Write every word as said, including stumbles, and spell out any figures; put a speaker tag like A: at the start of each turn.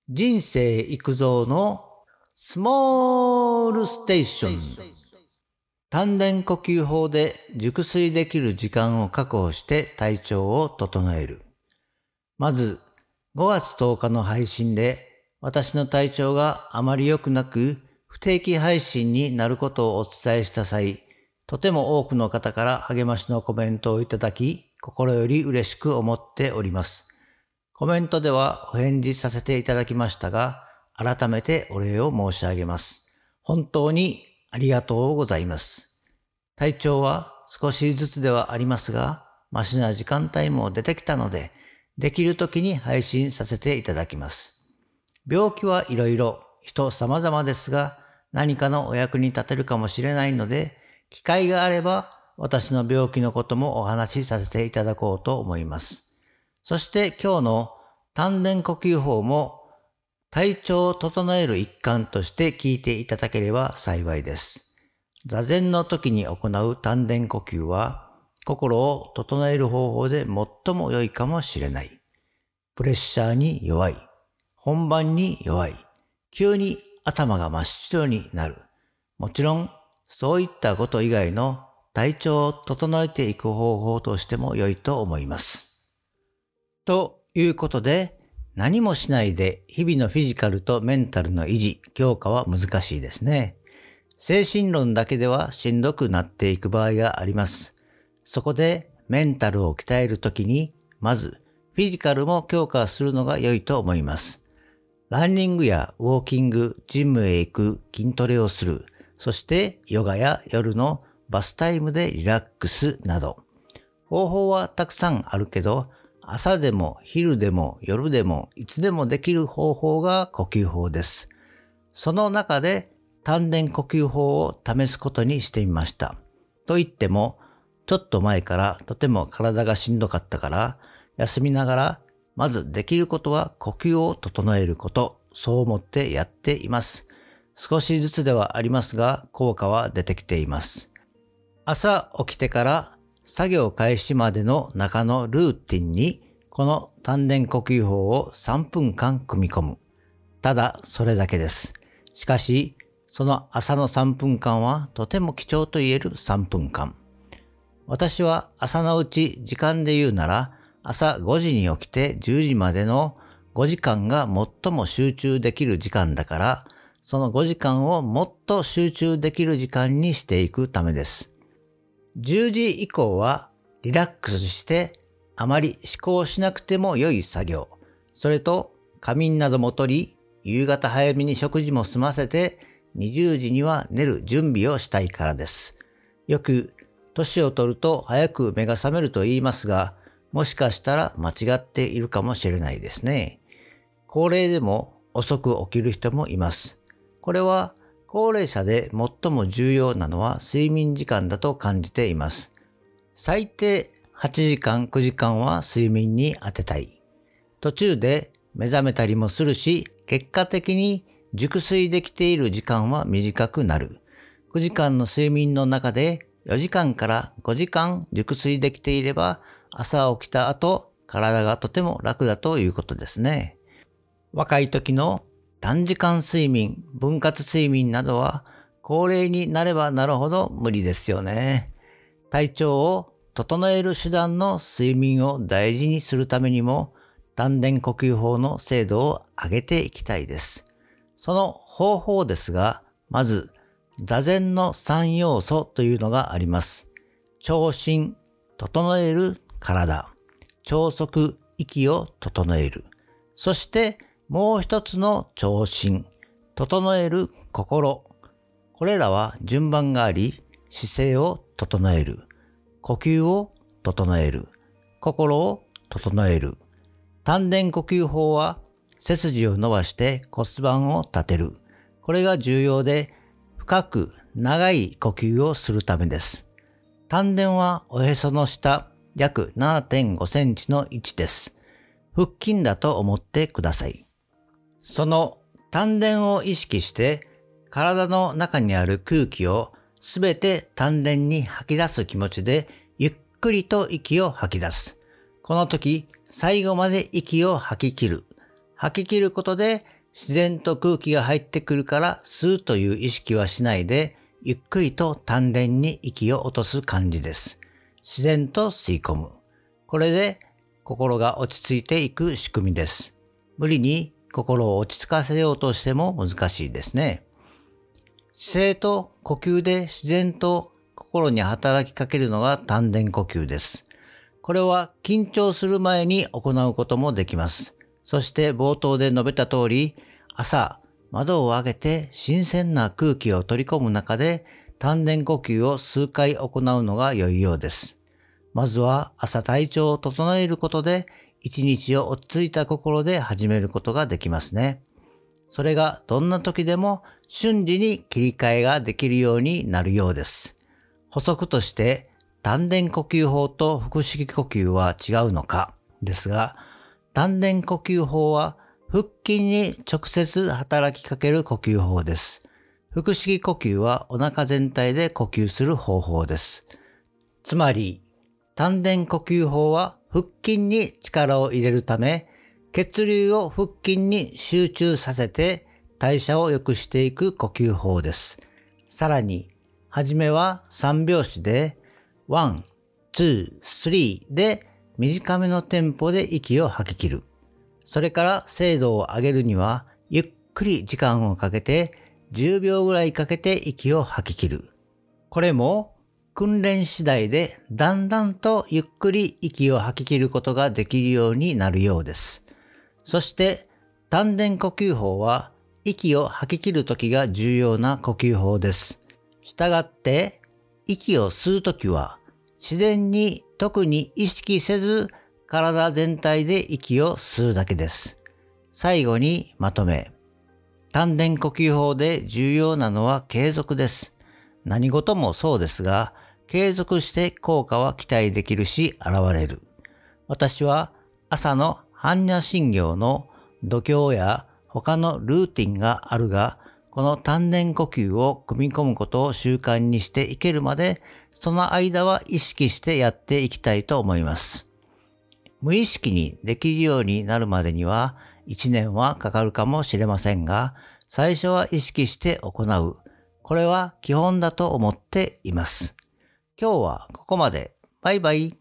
A: 人生育造のスモールステーション。丹田呼吸法で熟睡できる時間を確保して体調を整える。まず、ごがつとおかの配信で私の体調があまり良くなく不定期配信になることをお伝えした際、とても多くの方から励ましのコメントをいただき、心より嬉しく思っております。コメントではお返事させていただきましたが、改めてお礼を申し上げます。本当にありがとうございます。体調は少しずつではありますが、マシな時間帯も出てきたので、できる時に配信させていただきます。病気はいろいろ人様々ですが、何かのお役に立てるかもしれないので、機会があれば私の病気のこともお話しさせていただこうと思います。そして今日の丹田呼吸法も体調を整える一環として聞いていただければ幸いです。座禅の時に行う丹田呼吸は心を整える方法で最も良いかもしれない。プレッシャーに弱い。本番に弱い。急に頭が真っ白になる。もちろんそういったこと以外の体調を整えていく方法としても良いと思います。ということで、何もしないで日々のフィジカルとメンタルの維持、強化は難しいですね。精神論だけではしんどくなっていく場合があります。そこでメンタルを鍛えるときに、まずフィジカルも強化するのが良いと思います。ランニングやウォーキング、ジムへ行く、筋トレをする、そしてヨガや夜のバスタイムでリラックスなど。方法はたくさんあるけど、朝でも昼でも夜でもいつでもできる方法が呼吸法です。その中で丹田呼吸法を試すことにしてみました。と言っても、ちょっと前からとても体がしんどかったから、休みながらまずできることは呼吸を整えること、そう思ってやっています。少しずつではありますが、効果は出てきています。朝起きてから作業開始までの中のルーティンにこの丹田呼吸法をさんぷんかん組み込む。ただそれだけです。しかしその朝のさんぷんかんはとても貴重と言えるさんぷんかん。私は朝のうち時間で言うなら朝ごじに起きてじゅうじまでのごじかんが最も集中できる時間だから、そのごじかんをもっと集中できる時間にしていくためです。じゅうじ以降はリラックスしてあまり思考しなくても良い作業。それと仮眠などもとり、夕方早めに食事も済ませてにじゅうじには寝る準備をしたいからです。よく年を取ると早く目が覚めると言いますが、もしかしたら間違っているかもしれないですね。高齢でも遅く起きる人もいます。これは高齢者で最も重要なのは睡眠時間だと感じています。最低はちじかんくじかんは睡眠に当てたい。途中で目覚めたりもするし、結果的に熟睡できている時間は短くなる。くじかんの睡眠の中でよじかんからごじかん熟睡できていれば、朝起きた後、体がとても楽だということですね。若い時の短時間睡眠、分割睡眠などは高齢になればなるほど無理ですよね。体調を整える手段の睡眠を大事にするためにも丹田呼吸法の精度を上げていきたいです。その方法ですが、まず座禅のさん要素というのがあります。調心、整える体、調息、息を整える。そしてもう一つの調心、整える心。これらは順番があり、姿勢を整える。呼吸を整える。心を整える。丹田呼吸法は背筋を伸ばして骨盤を立てる。これが重要で、深く長い呼吸をするためです。丹田はおへその下約 ななてんごセンチの位置です。腹筋だと思ってください。その丹田を意識して体の中にある空気をすべて丹田に吐き出す気持ちでゆっくりと息を吐き出す。この時最後まで息を吐き切る。吐き切ることで自然と空気が入ってくるから吸うという意識はしないで、ゆっくりと丹田に息を落とす感じです。自然と吸い込む。これで心が落ち着いていく仕組みです。無理に心を落ち着かせようとしても難しいですね。姿勢と呼吸で自然と心に働きかけるのが丹田呼吸です。これは緊張する前に行うこともできます。そして冒頭で述べた通り、朝窓を開けて新鮮な空気を取り込む中で丹田呼吸を数回行うのが良いようです。まずは朝体調を整えることで一日を落ち着いた心で始めることができますね。それがどんな時でも瞬時に切り替えができるようになるようです。補足として丹田呼吸法と腹式呼吸は違うのかですが、丹田呼吸法は腹筋に直接働きかける呼吸法です。腹式呼吸はお腹全体で呼吸する方法です。つまり、丹田呼吸法は腹筋に力を入れるため、血流を腹筋に集中させて代謝を良くしていく呼吸法です。さらに、はじめは三拍子で、ワン、ツー、スリーで短めのテンポで息を吐き切る。それから精度を上げるには、ゆっくり時間をかけて、じゅうびょうぐらいかけて息を吐き切る。これも訓練次第でだんだんとゆっくり息を吐き切ることができるようになるようです。そして丹田呼吸法は息を吐き切るときが重要な呼吸法です。したがって息を吸うときは自然に特に意識せず体全体で息を吸うだけです。最後にまとめ。丹田呼吸法で重要なのは継続です。何事もそうですが、継続して効果は期待できるし現れる。私は朝の般若心経の度胸や他のルーティンがあるが、この丹田呼吸を組み込むことを習慣にしていけるまで、その間は意識してやっていきたいと思います。無意識にできるようになるまでには、一年はかかるかもしれませんが、最初は意識して行う。これは基本だと思っています。今日はここまで。バイバイ。